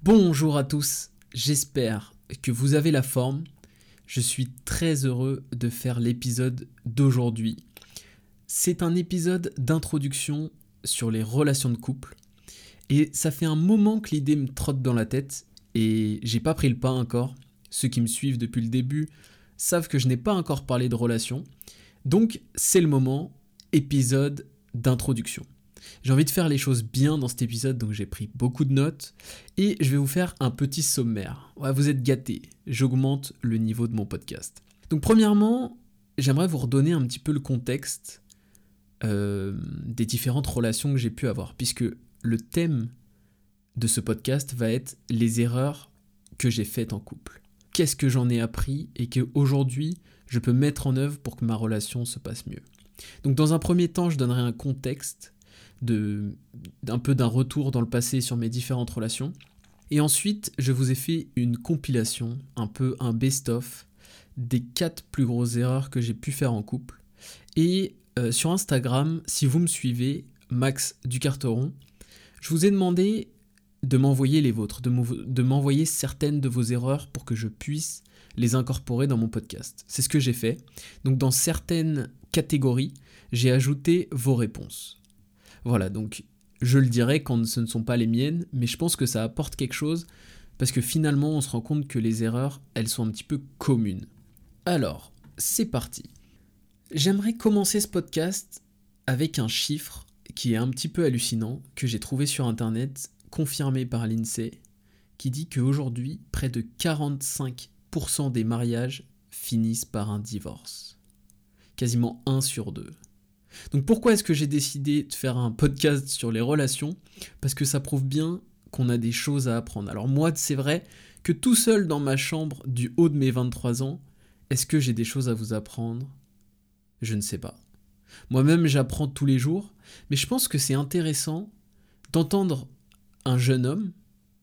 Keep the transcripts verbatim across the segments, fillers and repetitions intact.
Bonjour à tous, j'espère que vous avez la forme. Je suis très heureux de faire l'épisode d'aujourd'hui. C'est un épisode d'introduction sur les relations de couple. Et ça fait un moment que l'idée me trotte dans la tête et j'ai pas pris le pas encore. Ceux qui me suivent depuis le début savent que je n'ai pas encore parlé de relations. Donc c'est le moment, épisode d'introduction. J'ai envie de faire les choses bien dans cet épisode, donc j'ai pris beaucoup de notes et je vais vous faire un petit sommaire. Ouais, vous êtes gâtés, j'augmente le niveau de mon podcast. Donc premièrement, j'aimerais vous redonner un petit peu le contexte euh, des différentes relations que j'ai pu avoir, puisque le thème de ce podcast va être les erreurs que j'ai faites en couple. Qu'est-ce que j'en ai appris et qu'aujourd'hui je peux mettre en œuvre pour que ma relation se passe mieux. Donc dans un premier temps, je donnerai un contexte De, un peu d'un retour dans le passé sur mes différentes relations. Et ensuite, je vous ai fait une compilation, un peu un best-of, des quatre plus grosses erreurs que j'ai pu faire en couple. Et euh, sur Instagram, si vous me suivez, Max Ducarteron, je vous ai demandé de m'envoyer les vôtres, de, de m'envoyer certaines de vos erreurs pour que je puisse les incorporer dans mon podcast. C'est ce que j'ai fait. Donc dans certaines catégories, j'ai ajouté vos réponses. Voilà, donc je le dirai quand ce ne sont pas les miennes, mais je pense que ça apporte quelque chose, parce que finalement on se rend compte que les erreurs, elles sont un petit peu communes. Alors, c'est parti. J'aimerais commencer ce podcast avec un chiffre qui est un petit peu hallucinant, que j'ai trouvé sur internet, confirmé par l'INSEE, qui dit qu'aujourd'hui, près de quarante-cinq pour cent des mariages finissent par un divorce. Quasiment un sur deux. Donc pourquoi est-ce que j'ai décidé de faire un podcast sur les relations ? Parce que ça prouve bien qu'on a des choses à apprendre. Alors moi, c'est vrai que tout seul dans ma chambre du haut de mes vingt-trois ans, est-ce que j'ai des choses à vous apprendre ? Je ne sais pas. Moi-même, j'apprends tous les jours, mais je pense que c'est intéressant d'entendre un jeune homme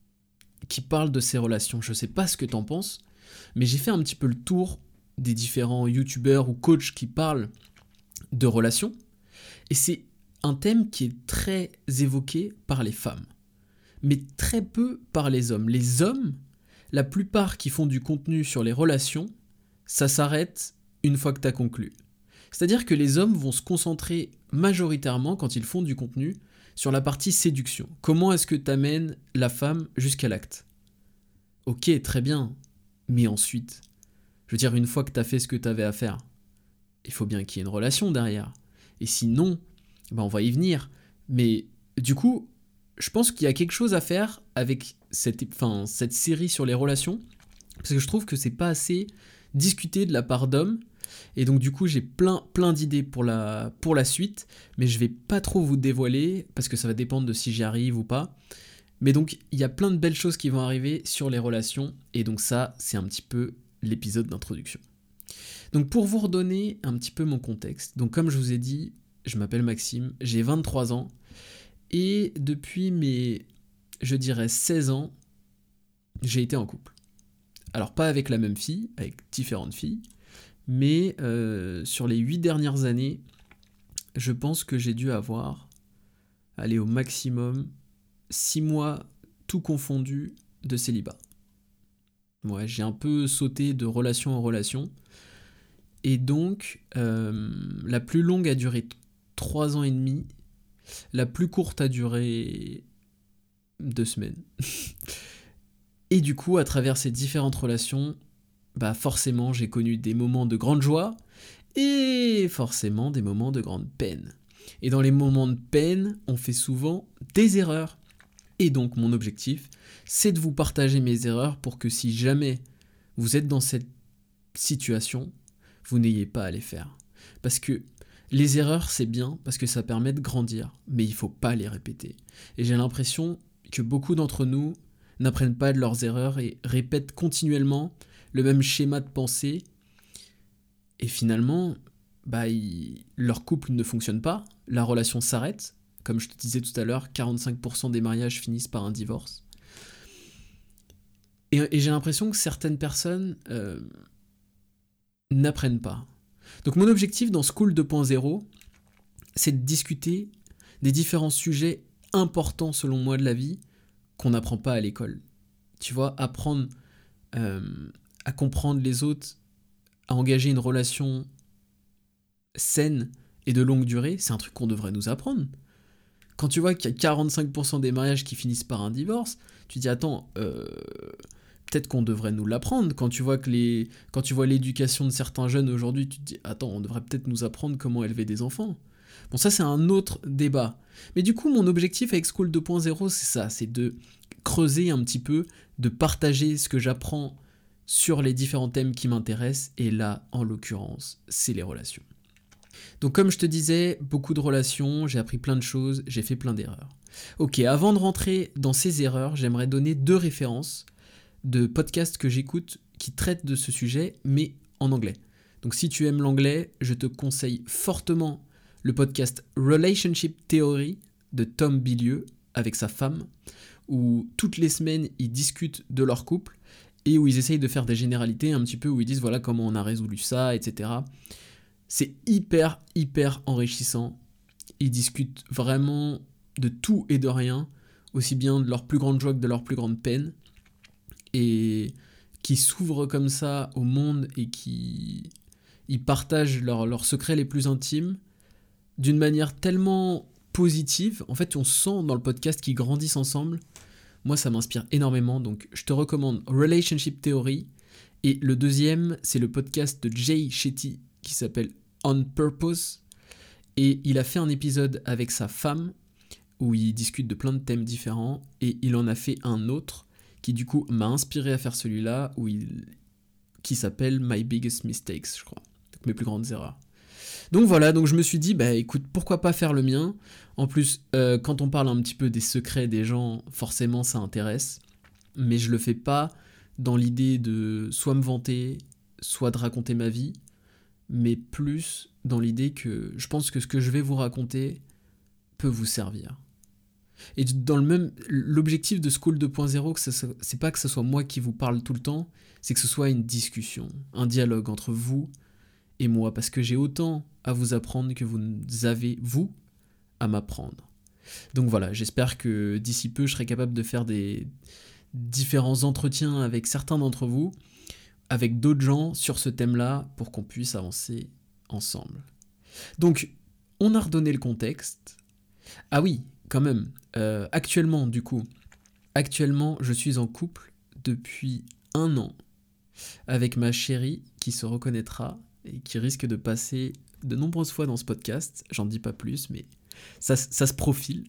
qui parle de ses relations. Je ne sais pas ce que t'en penses, mais j'ai fait un petit peu le tour des différents youtubeurs ou coachs qui parlent de relations, et c'est un thème qui est très évoqué par les femmes, mais très peu par les hommes. Les hommes, la plupart qui font du contenu sur les relations, ça s'arrête une fois que tu as conclu. C'est-à-dire que les hommes vont se concentrer majoritairement, quand ils font du contenu, sur la partie séduction. Comment est-ce que tu amènes la femme jusqu'à l'acte ? Ok, très bien, mais ensuite, je veux dire, une fois que tu as fait ce que tu avais à faire, il faut bien qu'il y ait une relation derrière. Et sinon, ben on va y venir. Mais du coup, je pense qu'il y a quelque chose à faire avec cette, enfin, cette série sur les relations, parce que je trouve que c'est pas assez discuté de la part d'hommes. Et donc du coup, j'ai plein, plein d'idées pour la, pour la suite, mais je vais pas trop vous dévoiler, parce que ça va dépendre de si j'y arrive ou pas. Mais donc, il y a plein de belles choses qui vont arriver sur les relations, et donc ça, c'est un petit peu l'épisode d'introduction. Donc pour vous redonner un petit peu mon contexte, donc comme je vous ai dit, je m'appelle Maxime, j'ai vingt-trois ans, et depuis mes, je dirais seize ans, j'ai été en couple. Alors pas avec la même fille, avec différentes filles, mais euh, sur les huit dernières années, je pense que j'ai dû avoir, allez au maximum, six mois tout confondu de célibat. Ouais, j'ai un peu sauté de relation en relation. Et donc, euh, la plus longue a duré trois ans et demi, la plus courte a duré deux semaines. Et du coup, à travers ces différentes relations, bah forcément, j'ai connu des moments de grande joie et forcément des moments de grande peine. Et dans les moments de peine, on fait souvent des erreurs. Et donc, mon objectif, c'est de vous partager mes erreurs pour que si jamais vous êtes dans cette situation, vous n'ayez pas à les faire. Parce que les erreurs, c'est bien, parce que ça permet de grandir, mais il ne faut pas les répéter. Et j'ai l'impression que beaucoup d'entre nous n'apprennent pas de leurs erreurs et répètent continuellement le même schéma de pensée. Et finalement, bah, il... leur couple ne fonctionne pas, la relation s'arrête. Comme je te disais tout à l'heure, quarante-cinq pour cent des mariages finissent par un divorce. Et, et j'ai l'impression que certaines personnes euh, n'apprennent pas. Donc mon objectif dans School deux point zéro, c'est de discuter des différents sujets importants selon moi de la vie qu'on n'apprend pas à l'école. Tu vois, apprendre euh, à comprendre les autres, à engager une relation saine et de longue durée, c'est un truc qu'on devrait nous apprendre. Quand tu vois qu'il y a quarante-cinq pour cent des mariages qui finissent par un divorce, tu te dis attends, euh, peut-être qu'on devrait nous l'apprendre. Quand tu vois que les, quand tu vois l'éducation de certains jeunes aujourd'hui, tu te dis attends, on devrait peut-être nous apprendre comment élever des enfants. Bon, ça c'est un autre débat. Mais du coup, mon objectif avec School deux point zéro, c'est ça, c'est de creuser un petit peu, de partager ce que j'apprends sur les différents thèmes qui m'intéressent. Et là, en l'occurrence, c'est les relations. Donc comme je te disais, beaucoup de relations, j'ai appris plein de choses, j'ai fait plein d'erreurs. Ok, avant de rentrer dans ces erreurs, j'aimerais donner deux références de podcasts que j'écoute qui traitent de ce sujet, mais en anglais. Donc si tu aimes l'anglais, je te conseille fortement le podcast Relationship Theory de Tom Bilyeu avec sa femme, où toutes les semaines ils discutent de leur couple et où ils essayent de faire des généralités un petit peu, où ils disent voilà comment on a résolu ça, et cetera. C'est hyper, hyper enrichissant. Ils discutent vraiment de tout et de rien, aussi bien de leur plus grande joie que de leur plus grande peine, et qui s'ouvrent comme ça au monde et qui ils partagent leurs leurs secrets les plus intimes d'une manière tellement positive. En fait, on sent dans le podcast qu'ils grandissent ensemble. Moi, ça m'inspire énormément, donc je te recommande Relationship Theory. Et le deuxième, c'est le podcast de Jay Shetty, qui s'appelle On Purpose, et il a fait un épisode avec sa femme où il discute de plein de thèmes différents, et il en a fait un autre qui du coup m'a inspiré à faire celui-là, où il... qui s'appelle My Biggest Mistakes, je crois, donc mes plus grandes erreurs. Donc voilà, donc je me suis dit, bah écoute, pourquoi pas faire le mien. En plus, euh, quand on parle un petit peu des secrets des gens, forcément ça intéresse, mais je le fais pas dans l'idée de soit me vanter, soit de raconter ma vie, mais plus dans l'idée que je pense que ce que je vais vous raconter peut vous servir. Et dans le même, l'objectif de School deux point zéro, c'est pas que ce soit moi qui vous parle tout le temps, c'est que ce soit une discussion, un dialogue entre vous et moi, parce que j'ai autant à vous apprendre que vous avez, vous, à m'apprendre. Donc voilà, j'espère que d'ici peu, je serai capable de faire des différents entretiens avec certains d'entre vous, avec d'autres gens sur ce thème-là, pour qu'on puisse avancer ensemble. Donc, on a redonné le contexte. Ah oui, quand même, euh, actuellement, du coup, actuellement, je suis en couple depuis un an avec ma chérie qui se reconnaîtra et qui risque de passer de nombreuses fois dans ce podcast. J'en dis pas plus, mais ça, ça se profile.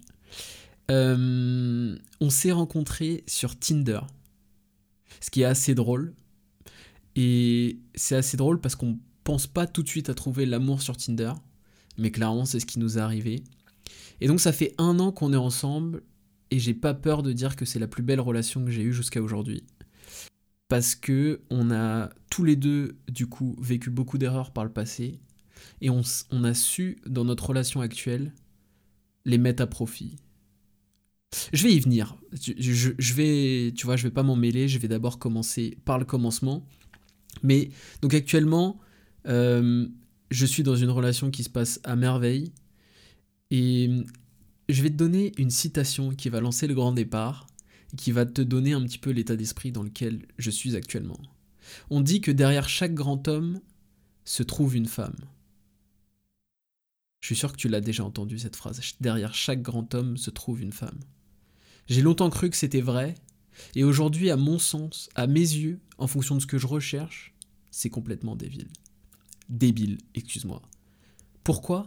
Euh, on s'est rencontrés sur Tinder, ce qui est assez drôle. Et c'est assez drôle parce qu'on pense pas tout de suite à trouver l'amour sur Tinder, mais clairement c'est ce qui nous est arrivé. Et donc ça fait un an qu'on est ensemble, et j'ai pas peur de dire que c'est la plus belle relation que j'ai eue jusqu'à aujourd'hui. Parce que on a tous les deux, du coup, vécu beaucoup d'erreurs par le passé, et on, on a su, dans notre relation actuelle, les mettre à profit. Je vais y venir. Je, je, je vais, tu vois, je vais pas m'en mêler, je vais d'abord commencer par le commencement. Mais donc actuellement, euh, je suis dans une relation qui se passe à merveille, et je vais te donner une citation qui va lancer le grand départ, et qui va te donner un petit peu l'état d'esprit dans lequel je suis actuellement. On dit que derrière chaque grand homme se trouve une femme. Je suis sûr que tu l'as déjà entendu cette phrase. Derrière chaque grand homme se trouve une femme. J'ai longtemps cru que c'était vrai, et aujourd'hui, à mon sens, à mes yeux, en fonction de ce que je recherche, c'est complètement débile. Débile, excuse-moi. Pourquoi ?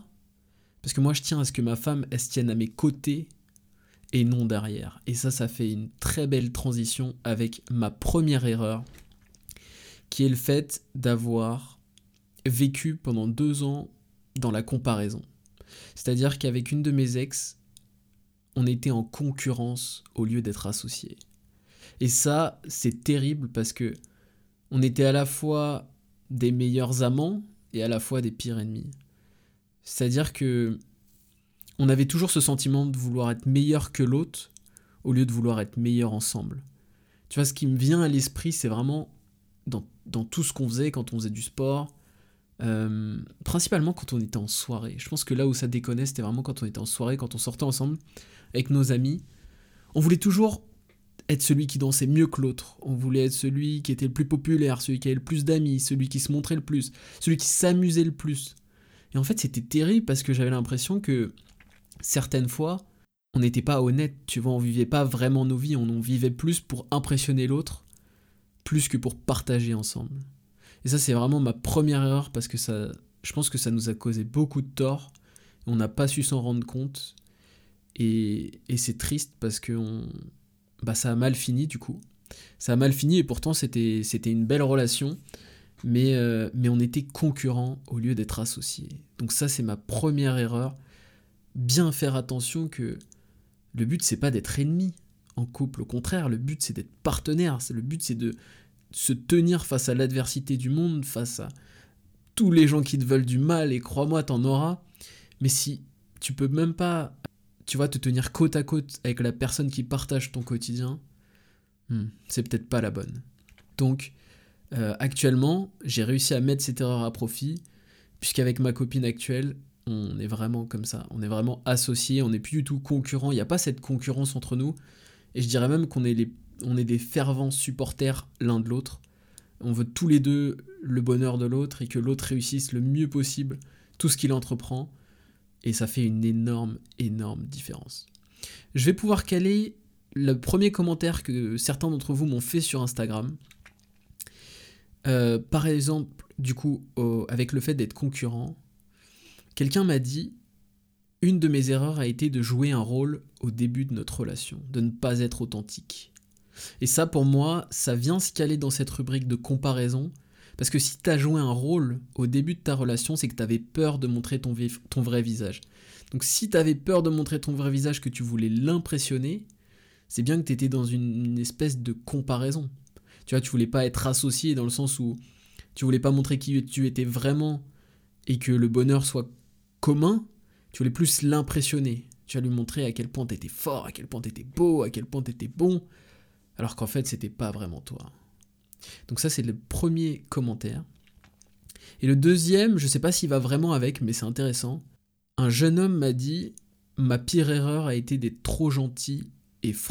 Parce que moi, je tiens à ce que ma femme, elle se tienne à mes côtés et non derrière. Et ça, ça fait une très belle transition avec ma première erreur, qui est le fait d'avoir vécu pendant deux ans dans la comparaison. C'est-à-dire qu'avec une de mes ex, on était en concurrence au lieu d'être associés. Et ça, c'est terrible parce que on était à la fois des meilleurs amants et à la fois des pires ennemis. C'est-à-dire que on avait toujours ce sentiment de vouloir être meilleur que l'autre au lieu de vouloir être meilleur ensemble. Tu vois, ce qui me vient à l'esprit, c'est vraiment dans, dans tout ce qu'on faisait quand on faisait du sport, euh, principalement quand on était en soirée. Je pense que là où ça déconnait, c'était vraiment quand on était en soirée, quand on sortait ensemble avec nos amis. On voulait toujours être celui qui dansait mieux que l'autre. On voulait être celui qui était le plus populaire, celui qui avait le plus d'amis, celui qui se montrait le plus, celui qui s'amusait le plus. Et en fait, c'était terrible parce que j'avais l'impression que certaines fois, on n'était pas honnête, tu vois, on vivait pas vraiment nos vies, on en vivait plus pour impressionner l'autre, plus que pour partager ensemble. Et ça, c'est vraiment ma première erreur parce que ça, je pense que ça nous a causé beaucoup de tort. On n'a pas su s'en rendre compte. Et, et c'est triste parce que on, bah, ça a mal fini du coup. Ça a mal fini et pourtant c'était, c'était une belle relation. Mais, euh, mais on était concurrents au lieu d'être associés. Donc ça, c'est ma première erreur. Bien faire attention que le but, c'est pas d'être ennemi en couple. Au contraire, le but, c'est d'être partenaire. Le but, c'est de se tenir face à l'adversité du monde, face à tous les gens qui te veulent du mal, et crois-moi, t'en auras. Mais si tu peux même pas, tu vois, te tenir côte à côte avec la personne qui partage ton quotidien, hmm, c'est peut-être pas la bonne. Donc, euh, actuellement, j'ai réussi à mettre cette erreur à profit, puisqu'avec ma copine actuelle, on est vraiment comme ça, on est vraiment associés, on n'est plus du tout concurrents, il n'y a pas cette concurrence entre nous, et je dirais même qu'on est, les, on est des fervents supporters l'un de l'autre. On veut tous les deux le bonheur de l'autre et que l'autre réussisse le mieux possible tout ce qu'il entreprend, et ça fait une énorme, énorme différence. Je vais pouvoir caler le premier commentaire que certains d'entre vous m'ont fait sur Instagram. Euh, par exemple, du coup, au, avec le fait d'être concurrent, quelqu'un m'a dit « Une de mes erreurs a été de jouer un rôle au début de notre relation, de ne pas être authentique. » Et ça, pour moi, ça vient se caler dans cette rubrique de comparaison, parce que si tu as joué un rôle au début de ta relation, c'est que tu avais peur de montrer ton, vi- ton vrai visage. Donc si tu avais peur de montrer ton vrai visage, que tu voulais l'impressionner, c'est bien que tu étais dans une, une espèce de comparaison. Tu vois, tu voulais pas être associé dans le sens où tu voulais pas montrer qui tu étais vraiment et que le bonheur soit commun, tu voulais plus l'impressionner. Tu vas lui montrer à quel point tu étais fort, à quel point tu étais beau, à quel point tu étais bon, alors qu'en fait, c'était pas vraiment toi. Donc ça, c'est le premier commentaire. Et le deuxième, je sais pas s'il va vraiment avec, mais c'est intéressant. Un jeune homme m'a dit « Ma pire erreur a été d'être trop gentil et franc. »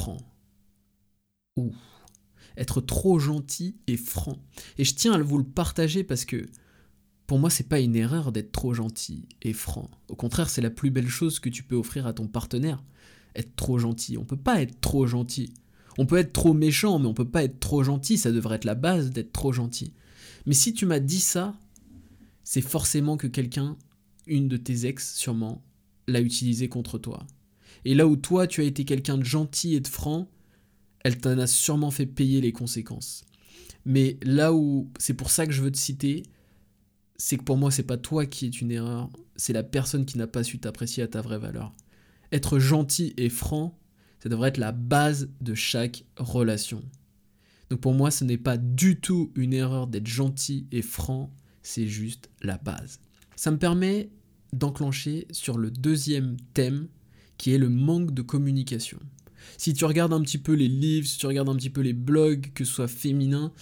Ouh. Être trop gentil et franc. Et je tiens à vous le partager parce que pour moi, c'est pas une erreur d'être trop gentil et franc. Au contraire, c'est la plus belle chose que tu peux offrir à ton partenaire. Être trop gentil. On peut pas être trop gentil. On peut être trop méchant, mais on peut pas être trop gentil. Ça devrait être la base d'être trop gentil. Mais si tu m'as dit ça, c'est forcément que quelqu'un, une de tes ex sûrement, l'a utilisé contre toi. Et là où toi, tu as été quelqu'un de gentil et de franc, elle t'en a sûrement fait payer les conséquences. Mais là où, c'est pour ça que je veux te citer, c'est que pour moi, c'est pas toi qui es une erreur, c'est la personne qui n'a pas su t'apprécier à ta vraie valeur. Être gentil et franc, ça devrait être la base de chaque relation. Donc pour moi, ce n'est pas du tout une erreur d'être gentil et franc, c'est juste la base. Ça me permet d'enclencher sur le deuxième thème, qui est le manque de communication. Si tu regardes un petit peu les livres, si tu regardes un petit peu les blogs, que ce soit féminin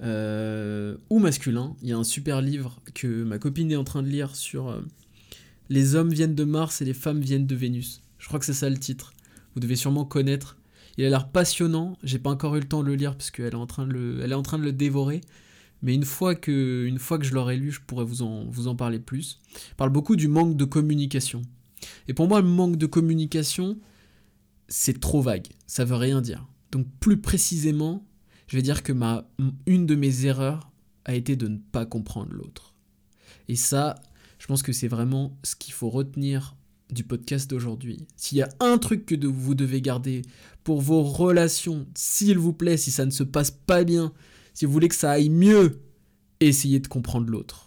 euh, ou masculin, il y a un super livre que ma copine est en train de lire sur euh, les hommes viennent de Mars et les femmes viennent de Vénus. Je crois que c'est ça le titre. Vous devez sûrement connaître. Il a l'air passionnant. J'ai pas encore eu le temps de le lire parce qu'elle est en train de le, elle est en train de le dévorer. Mais une fois que, une fois que je l'aurai lu, je pourrai vous en, vous en parler plus. Il parle beaucoup du manque de communication. Et pour moi, le manque de communication, c'est trop vague, ça veut rien dire. Donc plus précisément, je vais dire que ma, une de mes erreurs a été de ne pas comprendre l'autre. Et ça, je pense que c'est vraiment ce qu'il faut retenir du podcast d'aujourd'hui. S'il y a un truc que de, vous devez garder pour vos relations, s'il vous plaît, si ça ne se passe pas bien, si vous voulez que ça aille mieux, essayez de comprendre l'autre.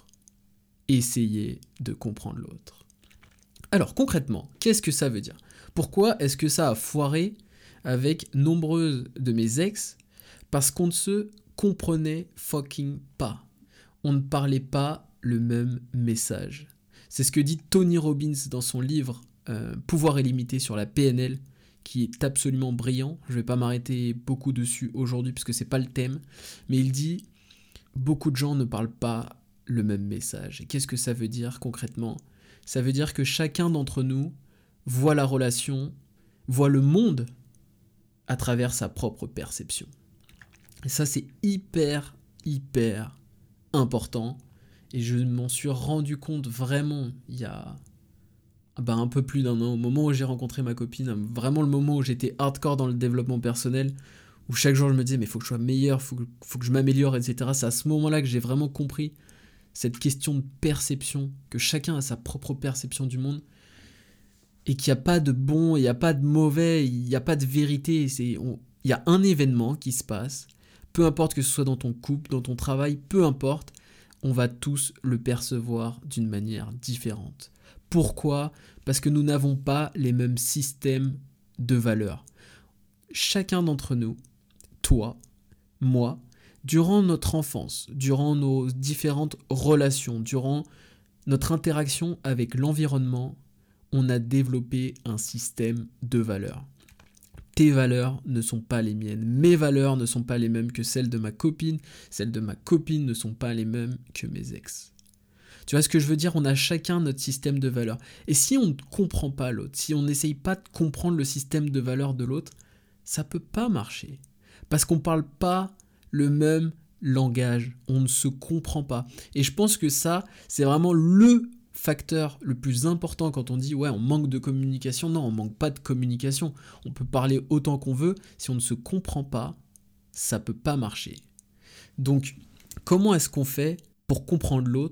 Essayez de comprendre l'autre. Alors concrètement, qu'est-ce que ça veut dire ? Pourquoi est-ce que ça a foiré avec nombreuses de mes ex ? Parce qu'on ne se comprenait fucking pas. On ne parlait pas le même message. C'est ce que dit Tony Robbins dans son livre euh, Pouvoir illimité sur la P N L, qui est absolument brillant. Je ne vais pas m'arrêter beaucoup dessus aujourd'hui puisque ce n'est pas le thème. Mais il dit « Beaucoup de gens ne parlent pas le même message ». Et qu'est-ce que ça veut dire concrètement ? Ça veut dire que chacun d'entre nous voit la relation, voit le monde à travers sa propre perception. Et ça, c'est hyper, hyper important. Et je m'en suis rendu compte vraiment il y a bah, un peu plus d'un an, au moment où j'ai rencontré ma copine, vraiment le moment où j'étais hardcore dans le développement personnel, où chaque jour je me disais mais il faut que je sois meilleur, il faut que, faut que je m'améliore, et cetera. C'est à ce moment-là que j'ai vraiment compris cette question de perception, que chacun a sa propre perception du monde, et qu'il n'y a pas de bon, il n'y a pas de mauvais, il n'y a pas de vérité. C'est, on, il y a un événement qui se passe, peu importe que ce soit dans ton couple, dans ton travail, peu importe, on va tous le percevoir d'une manière différente. Pourquoi ? Parce que nous n'avons pas les mêmes systèmes de valeurs. Chacun d'entre nous, toi, moi, durant notre enfance, durant nos différentes relations, durant notre interaction avec l'environnement, on a développé un système de valeurs. Tes valeurs ne sont pas les miennes, mes valeurs ne sont pas les mêmes que celles de ma copine, celles de ma copine ne sont pas les mêmes que mes ex. Tu vois ce que je veux dire ? On a chacun notre système de valeurs. Et si on ne comprend pas l'autre, si on n'essaye pas de comprendre le système de valeurs de l'autre, ça ne peut pas marcher. Parce qu'on ne parle pas le même langage, on ne se comprend pas. Et je pense que ça, c'est vraiment le facteur le plus important quand on dit « ouais, on manque de communication ». Non, on ne manque pas de communication. On peut parler autant qu'on veut. Si on ne se comprend pas, ça ne peut pas marcher. Donc, comment est-ce qu'on fait pour comprendre l'autre ?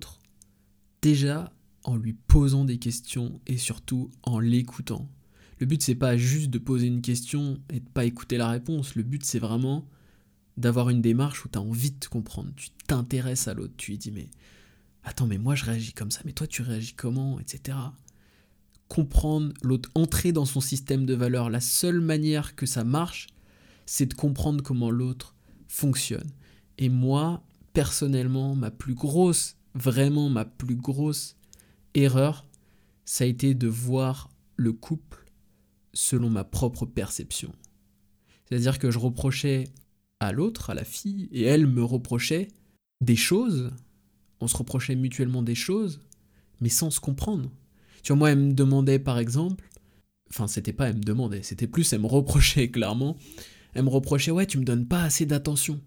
Déjà, en lui posant des questions et surtout en l'écoutant. Le but, c'est pas juste de poser une question et de pas écouter la réponse. Le but, c'est vraiment d'avoir une démarche où tu as envie de te comprendre. Tu t'intéresses à l'autre. Tu lui dis, mais attends, mais moi, je réagis comme ça. Mais toi, tu réagis comment, et cetera. Comprendre l'autre, entrer dans son système de valeurs. La seule manière que ça marche, c'est de comprendre comment l'autre fonctionne. Et moi, personnellement, ma plus grosse Vraiment, ma plus grosse erreur, ça a été de voir le couple selon ma propre perception. C'est-à-dire que je reprochais à l'autre, à la fille, et elle me reprochait des choses, on se reprochait mutuellement des choses, mais sans se comprendre. Tu vois, moi, elle me demandait par exemple, enfin, c'était pas elle me demandait, c'était plus elle me reprochait clairement, elle me reprochait, ouais, tu me donnes pas assez d'attention.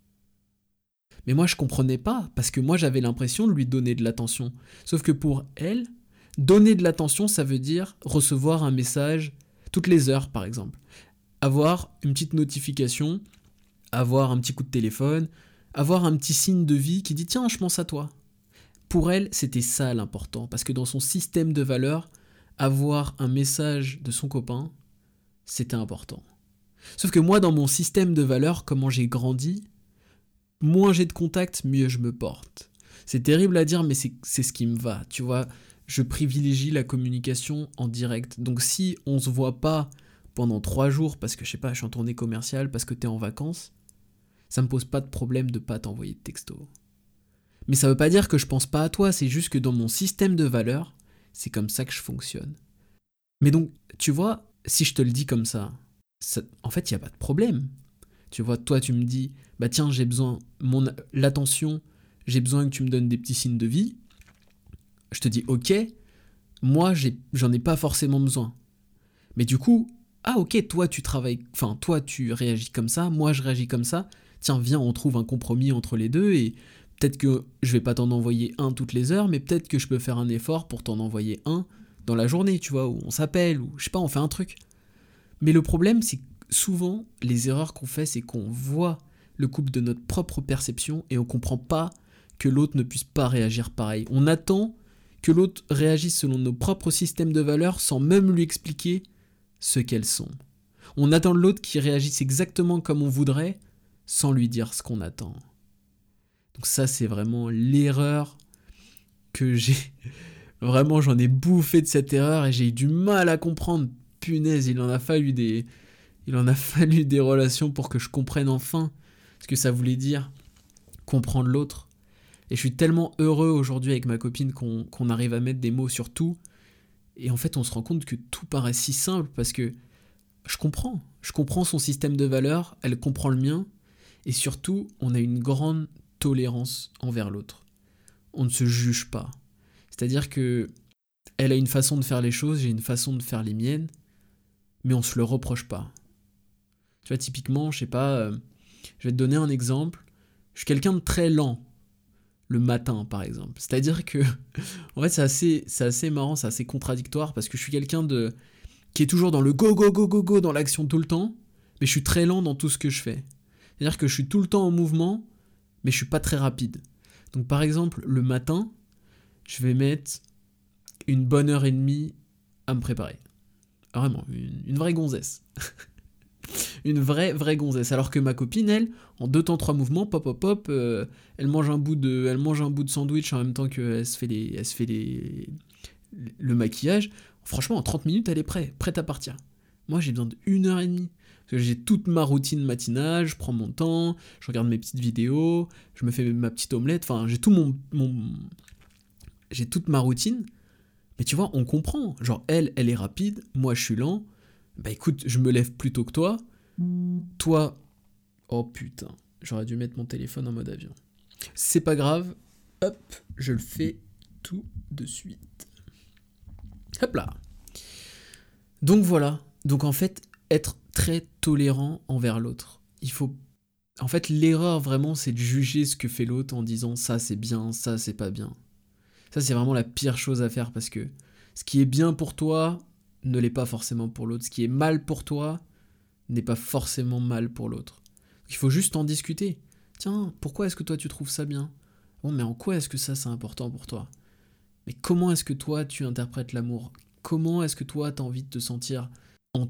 Mais moi, je comprenais pas, parce que moi, j'avais l'impression de lui donner de l'attention. Sauf que pour elle, donner de l'attention, ça veut dire recevoir un message toutes les heures, par exemple. Avoir une petite notification, avoir un petit coup de téléphone, avoir un petit signe de vie qui dit « Tiens, je pense à toi ». Pour elle, c'était ça l'important, parce que dans son système de valeurs, avoir un message de son copain, c'était important. Sauf que moi, dans mon système de valeurs, comment j'ai grandi, moins j'ai de contacts, mieux je me porte. C'est terrible à dire, mais c'est, c'est ce qui me va. Tu vois, je privilégie la communication en direct. Donc si on se voit pas pendant trois jours, parce que je sais pas, je suis en tournée commerciale, parce que t'es en vacances, ça me pose pas de problème de pas t'envoyer de texto. Mais ça veut pas dire que je pense pas à toi, c'est juste que dans mon système de valeurs, c'est comme ça que je fonctionne. Mais donc, tu vois, si je te le dis comme ça, ça en fait, il y a pas de problème. Tu vois, toi, tu me dis, bah tiens, j'ai besoin, mon, l'attention, j'ai besoin que tu me donnes des petits signes de vie. Je te dis, ok, moi, j'ai, j'en ai pas forcément besoin. Mais du coup, ah ok, toi, tu travailles, enfin, toi, tu réagis comme ça, moi, je réagis comme ça. Tiens, viens, on trouve un compromis entre les deux et peut-être que je vais pas t'en envoyer un toutes les heures, mais peut-être que je peux faire un effort pour t'en envoyer un dans la journée, tu vois, où on s'appelle, ou je sais pas, on fait un truc. Mais le problème, c'est que souvent, les erreurs qu'on fait, c'est qu'on voit le couple de notre propre perception et on comprend pas que l'autre ne puisse pas réagir pareil. On attend que l'autre réagisse selon nos propres systèmes de valeurs sans même lui expliquer ce qu'elles sont. On attend de l'autre qui réagisse exactement comme on voudrait sans lui dire ce qu'on attend. Donc ça, c'est vraiment l'erreur que j'ai... Vraiment, j'en ai bouffé de cette erreur et j'ai eu du mal à comprendre. Punaise, il en a fallu des... Il en a fallu des relations pour que je comprenne enfin ce que ça voulait dire, comprendre l'autre. Et je suis tellement heureux aujourd'hui avec ma copine qu'on, qu'on arrive à mettre des mots sur tout. Et en fait, on se rend compte que tout paraît si simple parce que je comprends. Je comprends son système de valeurs, elle comprend le mien. Et surtout, on a une grande tolérance envers l'autre. On ne se juge pas. C'est-à-dire que elle a une façon de faire les choses, j'ai une façon de faire les miennes, mais on ne se le reproche pas. Tu vois, typiquement, je sais pas, euh, je vais te donner un exemple. Je suis quelqu'un de très lent le matin, par exemple. C'est-à-dire que, en fait, c'est assez, c'est assez marrant, c'est assez contradictoire parce que je suis quelqu'un de qui est toujours dans le go, go, go, go, go, dans l'action tout le temps, mais je suis très lent dans tout ce que je fais. C'est-à-dire que je suis tout le temps en mouvement, mais je suis pas très rapide. Donc, par exemple, le matin, je vais mettre une bonne heure et demie à me préparer. Vraiment, une, une vraie gonzesse. Une vraie, vraie gonzesse. Alors que ma copine, elle, en deux temps, trois mouvements, pop, pop, pop, euh, elle mange un bout de, elle mange un bout de sandwich en même temps qu'elle se fait les, elle se fait les, le maquillage. Franchement, en trente minutes, elle est prête, prête à partir. Moi, j'ai besoin d'une heure et demie. Parce que j'ai toute ma routine matinale, je prends mon temps, je regarde mes petites vidéos, je me fais ma petite omelette, enfin, j'ai tout mon, mon... j'ai toute ma routine. Mais tu vois, on comprend. Genre, elle, elle est rapide, moi, je suis lent. Bah écoute, je me lève plus tôt que toi. Toi... Oh putain, j'aurais dû mettre mon téléphone en mode avion. C'est pas grave, hop, je le fais tout de suite. Hop là. Donc voilà. Donc en fait, être très tolérant envers l'autre. Il faut... En fait, l'erreur vraiment, c'est de juger ce que fait l'autre en disant ça c'est bien, ça c'est pas bien. Ça c'est vraiment la pire chose à faire parce que ce qui est bien pour toi ne l'est pas forcément pour l'autre. Ce qui est mal pour toi n'est pas forcément mal pour l'autre. Il faut juste en discuter. Tiens, pourquoi est-ce que toi tu trouves ça bien ? Bon, mais en quoi est-ce que ça c'est important pour toi ? Mais comment est-ce que toi tu interprètes l'amour ? Comment est-ce que toi tu as envie de te sentir entouré ?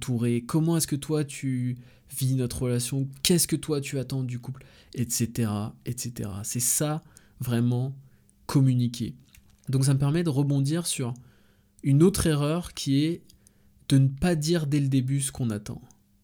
Comment est-ce que toi tu vis notre relation ? Qu'est-ce que toi tu attends du couple ? Etc. etc. C'est ça vraiment communiquer. Donc ça me permet de rebondir sur une autre erreur qui est de ne pas dire dès le début ce qu'on attend.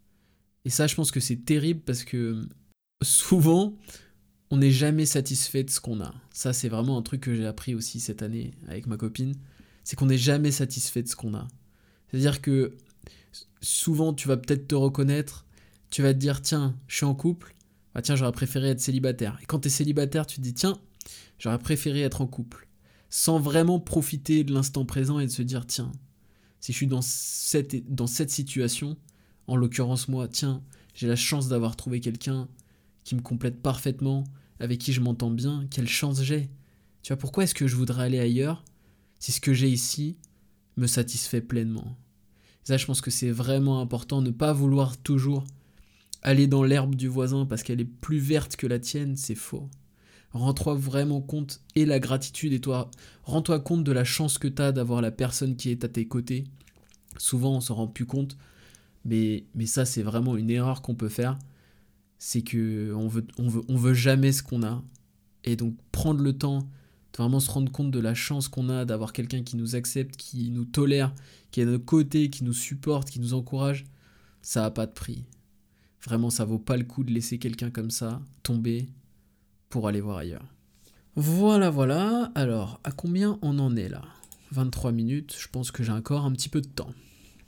Et ça, je pense que c'est terrible parce que souvent, on n'est jamais satisfait de ce qu'on a. Ça, c'est vraiment un truc que j'ai appris aussi cette année avec ma copine. C'est qu'on n'est jamais satisfait de ce qu'on a. C'est-à-dire que souvent, tu vas peut-être te reconnaître, tu vas te dire, tiens, je suis en couple, bah tiens, j'aurais préféré être célibataire. Et quand tu es célibataire, tu te dis, tiens, j'aurais préféré être en couple. Sans vraiment profiter de l'instant présent et de se dire, tiens, si je suis dans cette, dans cette situation, en l'occurrence moi, tiens, j'ai la chance d'avoir trouvé quelqu'un qui me complète parfaitement, avec qui je m'entends bien, quelle chance j'ai. Tu vois, pourquoi est-ce que je voudrais aller ailleurs si ce que j'ai ici me satisfait pleinement ? Et ça, je pense que c'est vraiment important, ne pas vouloir toujours aller dans l'herbe du voisin parce qu'elle est plus verte que la tienne, c'est faux. Rends-toi vraiment compte, et la gratitude, et toi, rends-toi compte de la chance que tu as d'avoir la personne qui est à tes côtés. Souvent, on s'en rend plus compte, mais, mais ça, c'est vraiment une erreur qu'on peut faire. C'est qu'on veut, on veut, on veut jamais ce qu'on a. Et donc, prendre le temps de vraiment se rendre compte de la chance qu'on a d'avoir quelqu'un qui nous accepte, qui nous tolère, qui est à notre côté, qui nous supporte, qui nous encourage, ça n'a pas de prix. Vraiment, ça vaut pas le coup de laisser quelqu'un comme ça tomber pour aller voir ailleurs. Voilà, voilà. Alors, à combien on en est là ? vingt-trois minutes, je pense que j'ai encore un petit peu de temps.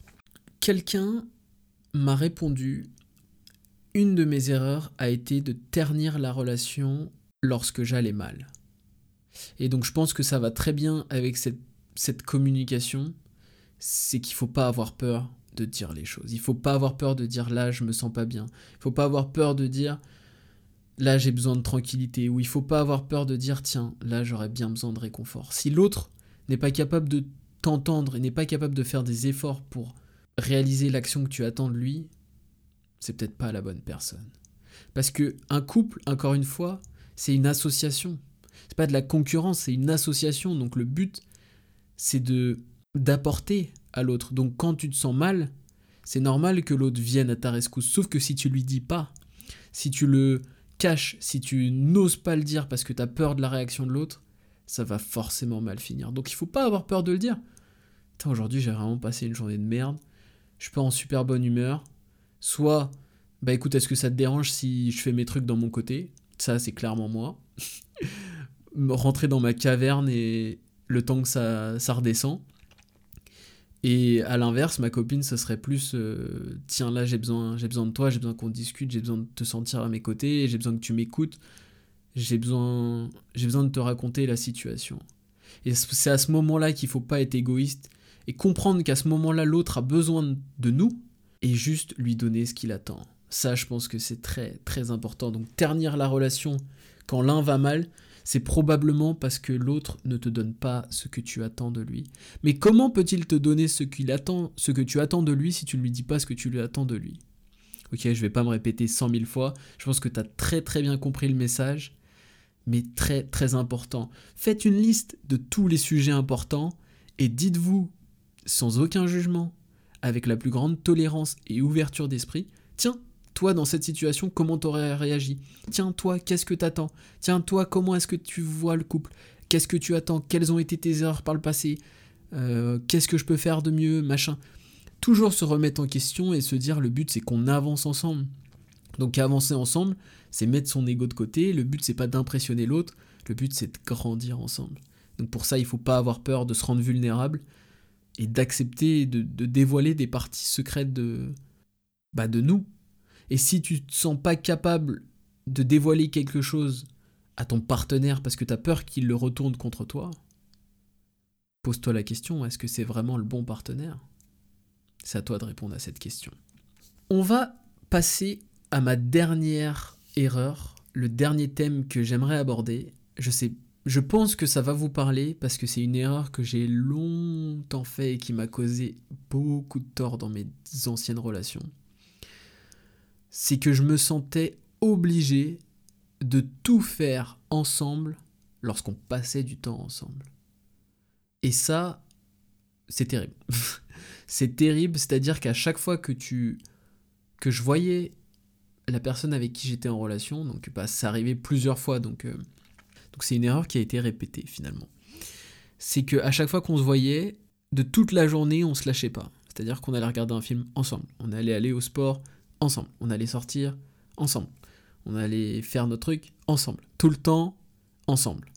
Quelqu'un m'a répondu, une de mes erreurs a été de ternir la relation lorsque j'allais mal. Et donc je pense que ça va très bien avec cette, cette communication, c'est qu'il ne faut pas avoir peur de dire les choses. Il ne faut pas avoir peur de dire là je me sens pas bien. Il ne faut pas avoir peur de dire là j'ai besoin de tranquillité. Ou il ne faut pas avoir peur de dire tiens là j'aurais bien besoin de réconfort. Si l'autre n'est pas capable de t'entendre et n'est pas capable de faire des efforts pour réaliser l'action que tu attends de lui, c'est peut-être pas la bonne personne. Parce que un couple, encore une fois, c'est une association. C'est pas de la concurrence, c'est une association. Donc le but, c'est de d'apporter à l'autre. Donc quand tu te sens mal, c'est normal que l'autre vienne à ta rescousse. Sauf que si tu lui dis pas, si tu le caches, si tu n'oses pas le dire parce que tu as peur de la réaction de l'autre, ça va forcément mal finir. Donc il faut pas avoir peur de le dire. Putain, aujourd'hui, j'ai vraiment passé une journée de merde. Je suis pas en super bonne humeur. Soit, bah écoute, est-ce que ça te dérange si je fais mes trucs dans mon côté ? Ça, c'est clairement moi. Rentrer dans ma caverne et le temps que ça, ça redescend. Et à l'inverse, ma copine, ce serait plus euh, tiens, là, j'ai besoin, j'ai besoin de toi, j'ai besoin qu'on discute, j'ai besoin de te sentir à mes côtés, j'ai besoin que tu m'écoutes, j'ai besoin, j'ai besoin de te raconter la situation. Et c'est à ce moment-là qu'il ne faut pas être égoïste et comprendre qu'à ce moment-là, l'autre a besoin de nous et juste lui donner ce qu'il attend. Ça, je pense que c'est très, très important. Donc, ternir la relation quand l'un va mal, c'est probablement parce que l'autre ne te donne pas ce que tu attends de lui. Mais comment peut-il te donner ce qu'il attend, ce que tu attends de lui si tu ne lui dis pas ce que tu lui attends de lui ? Ok, je vais pas me répéter cent mille fois. Je pense que tu as très, très bien compris le message. Mais très, très important. Faites une liste de tous les sujets importants et dites-vous, sans aucun jugement, avec la plus grande tolérance et ouverture d'esprit, tiens, toi, dans cette situation, comment t'aurais réagi ? Tiens, toi, qu'est-ce que t'attends ? Tiens, toi, comment est-ce que tu vois le couple ? Qu'est-ce que tu attends ? Quelles ont été tes erreurs par le passé ? euh, Qu'est-ce que je peux faire de mieux ? Machin. Toujours se remettre en question et se dire, le but, c'est qu'on avance ensemble. Donc, avancer ensemble, c'est mettre son ego de côté. Le but, c'est pas d'impressionner l'autre. Le but, c'est de grandir ensemble. Donc, pour ça, il faut pas avoir peur de se rendre vulnérable et d'accepter de, de dévoiler des parties secrètes de, bah, de nous. Et si tu te sens pas capable de dévoiler quelque chose à ton partenaire parce que tu as peur qu'il le retourne contre toi, pose-toi la question, est-ce que c'est vraiment le bon partenaire ? C'est à toi de répondre à cette question. On va passer à ma dernière erreur, le dernier thème que j'aimerais aborder. Je sais, je pense que ça va vous parler parce que c'est une erreur que j'ai longtemps fait et qui m'a causé beaucoup de tort dans mes anciennes relations. C'est que je me sentais obligé de tout faire ensemble lorsqu'on passait du temps ensemble. Et ça, c'est terrible. C'est terrible, c'est-à-dire qu'à chaque fois que tu que je voyais la personne avec qui j'étais en relation, donc bah, ça arrivait plusieurs fois, donc, euh, donc c'est une erreur qui a été répétée finalement. C'est qu'à chaque fois qu'on se voyait, de toute la journée, on se lâchait pas. C'est-à-dire qu'on allait regarder un film ensemble, on allait aller au sport ensemble, on allait sortir ensemble, on allait faire nos trucs ensemble, tout le temps ensemble.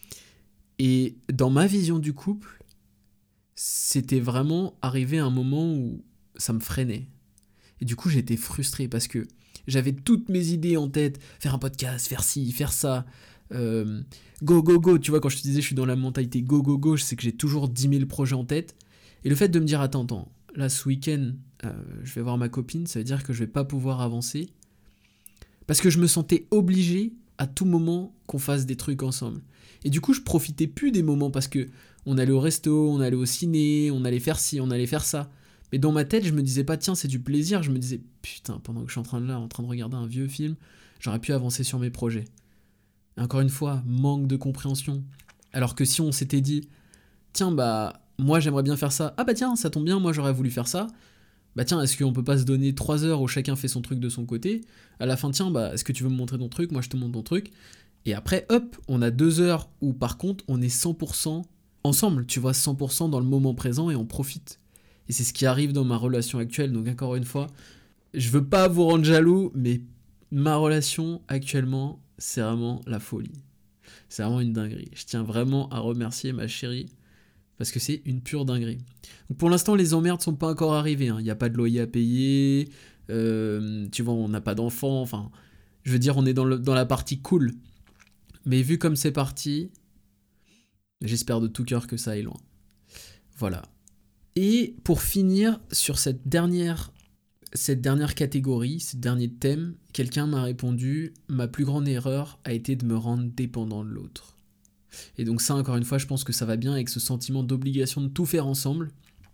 Et dans ma vision du couple, c'était vraiment arrivé à un moment où ça me freinait. Et du coup, j'étais frustré parce que j'avais toutes mes idées en tête, faire un podcast, faire ci, faire ça, euh, go, go, go. Tu vois, quand je te disais je suis dans la mentalité go, go, go, je sais que j'ai toujours dix mille projets en tête. Et le fait de me dire, attends, attends, là, ce week-end, euh, je vais voir ma copine, ça veut dire que je vais pas pouvoir avancer. Parce que je me sentais obligé à tout moment qu'on fasse des trucs ensemble. Et du coup, je profitais plus des moments parce que on allait au resto, on allait au ciné, on allait faire ci, on allait faire ça. Mais dans ma tête, je me disais pas, tiens, c'est du plaisir. Je me disais, putain, pendant que je suis en train de là, en train de regarder un vieux film, j'aurais pu avancer sur mes projets. Et encore une fois, manque de compréhension. Alors que si on s'était dit, tiens, bah, moi j'aimerais bien faire ça. Ah bah tiens, ça tombe bien, moi j'aurais voulu faire ça. Bah tiens, est-ce qu'on peut pas se donner trois heures où chacun fait son truc de son côté ? À la fin, tiens, bah, est-ce que tu veux me montrer ton truc ? Moi je te montre ton truc. Et après, hop, on a deux heures où par contre, on est cent pour cent ensemble, tu vois, cent pour cent dans le moment présent et on profite. Et c'est ce qui arrive dans ma relation actuelle. Donc encore une fois, je veux pas vous rendre jaloux, mais ma relation actuellement, c'est vraiment la folie. C'est vraiment une dinguerie. Je tiens vraiment à remercier ma chérie parce que c'est une pure dinguerie. Donc pour l'instant, les emmerdes sont pas encore arrivées. Il n'y a pas de loyer à payer. Euh, tu vois, on n'a pas d'enfants. Enfin, je veux dire, on est dans, le, dans la partie cool. Mais vu comme c'est parti, j'espère de tout cœur que ça aille loin. Voilà. Et pour finir sur cette dernière, cette dernière catégorie, ce dernier thème, quelqu'un m'a répondu « Ma plus grande erreur a été de me rendre dépendant de l'autre ». Et donc ça, encore une fois, je pense que ça va bien avec ce sentiment d'obligation de tout faire ensemble.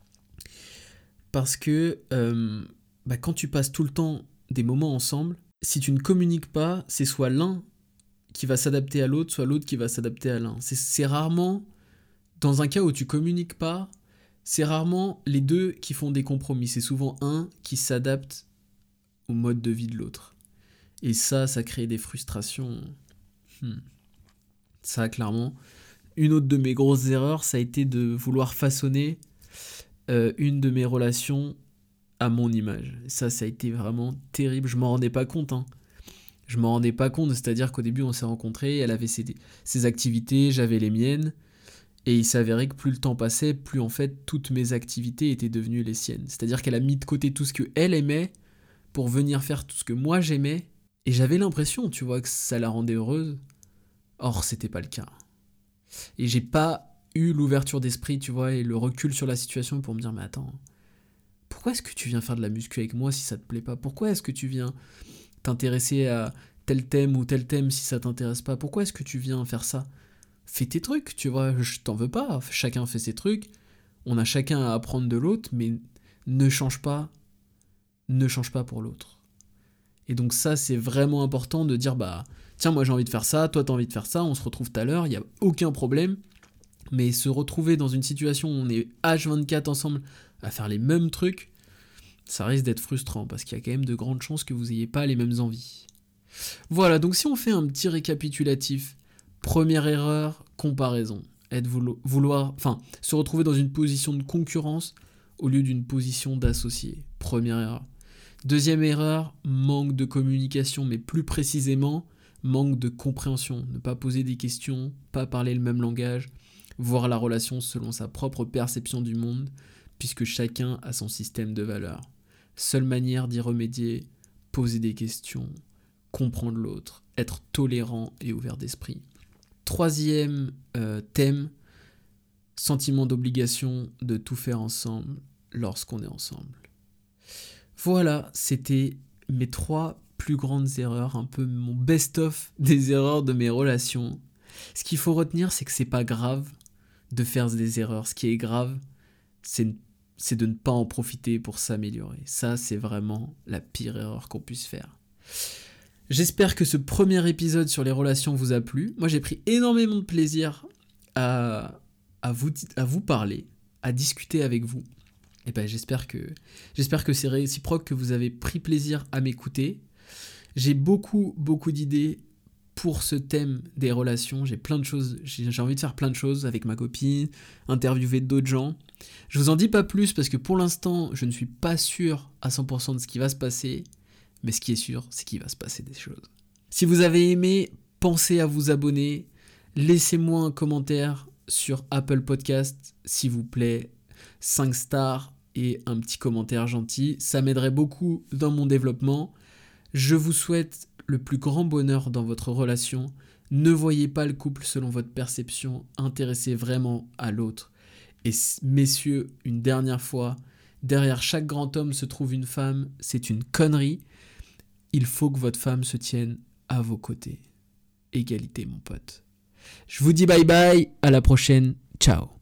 Parce que euh, bah, quand tu passes tout le temps des moments ensemble, si tu ne communiques pas, c'est soit l'un qui va s'adapter à l'autre, soit l'autre qui va s'adapter à l'un. C'est, c'est rarement, dans un cas où tu communiques pas, c'est rarement les deux qui font des compromis. C'est souvent un qui s'adapte au mode de vie de l'autre. Et ça, ça crée des frustrations. Hmm. Ça, clairement. Une autre de mes grosses erreurs, ça a été de vouloir façonner euh, une de mes relations à mon image. Ça, ça a été vraiment terrible. Je m'en rendais pas compte, hein. Je m'en rendais pas compte, c'est-à-dire qu'au début, on s'est rencontrés, elle avait ses, ses activités, j'avais les miennes. Et il s'avérait que plus le temps passait, plus en fait toutes mes activités étaient devenues les siennes. C'est-à-dire qu'elle a mis de côté tout ce qu'elle aimait pour venir faire tout ce que moi j'aimais. Et j'avais l'impression, tu vois, que ça la rendait heureuse. Or, c'était pas le cas. Et j'ai pas eu l'ouverture d'esprit, tu vois, et le recul sur la situation pour me dire, mais attends, Pourquoi est-ce que tu viens faire de la muscu avec moi si ça te plaît pas? Pourquoi est-ce que tu viens t'intéresser à tel thème ou tel thème si ça t'intéresse pas? Pourquoi est-ce que tu viens faire ça? Fais tes trucs, tu vois, je t'en veux pas. Chacun fait ses trucs. On a chacun à apprendre de l'autre, mais ne change pas, ne change pas pour l'autre. Et donc ça, c'est vraiment important de dire, bah, tiens, moi j'ai envie de faire ça, toi t'as envie de faire ça, on se retrouve tout à l'heure, il n'y a aucun problème. Mais se retrouver dans une situation où on est H vingt-quatre ensemble à faire les mêmes trucs, ça risque d'être frustrant, parce qu'il y a quand même de grandes chances que vous n'ayez pas les mêmes envies. Voilà, donc si on fait un petit récapitulatif, première erreur, comparaison. Être vouloir, enfin, se retrouver dans une position de concurrence au lieu d'une position d'associé. Première erreur. Deuxième erreur, manque de communication, mais plus précisément, manque de compréhension. Ne pas poser des questions, pas parler le même langage, voir la relation selon sa propre perception du monde, puisque chacun a son système de valeurs. Seule manière d'y remédier, poser des questions, comprendre l'autre, être tolérant et ouvert d'esprit. Troisième euh, thème, sentiment d'obligation de tout faire ensemble lorsqu'on est ensemble. Voilà, c'était mes trois plus grandes erreurs, un peu mon best-of des erreurs de mes relations. Ce qu'il faut retenir, c'est que c'est pas grave de faire des erreurs. Ce qui est grave, c'est, c'est de ne pas en profiter pour s'améliorer. Ça, c'est vraiment la pire erreur qu'on puisse faire. J'espère que ce premier épisode sur les relations vous a plu. Moi, j'ai pris énormément de plaisir à, à, vous, à vous parler, à discuter avec vous. Et ben, j'espère que, j'espère que c'est réciproque, que vous avez pris plaisir à m'écouter. J'ai beaucoup, beaucoup d'idées pour ce thème des relations. J'ai plein de choses, j'ai, j'ai envie de faire plein de choses avec ma copine, interviewer d'autres gens. Je vous en dis pas plus parce que pour l'instant, je ne suis pas sûr à cent pour cent de ce qui va se passer. Mais ce qui est sûr, c'est qu'il va se passer des choses. Si vous avez aimé, pensez à vous abonner. Laissez-moi un commentaire sur Apple Podcast, s'il vous plaît. cinq stars et un petit commentaire gentil. Ça m'aiderait beaucoup dans mon développement. Je vous souhaite le plus grand bonheur dans votre relation. Ne voyez pas le couple selon votre perception. Intéressez vraiment à l'autre. Et messieurs, une dernière fois, derrière chaque grand homme se trouve une femme. C'est une connerie. Il faut que votre femme se tienne à vos côtés. Égalité, mon pote. Je vous dis bye bye, à la prochaine, ciao.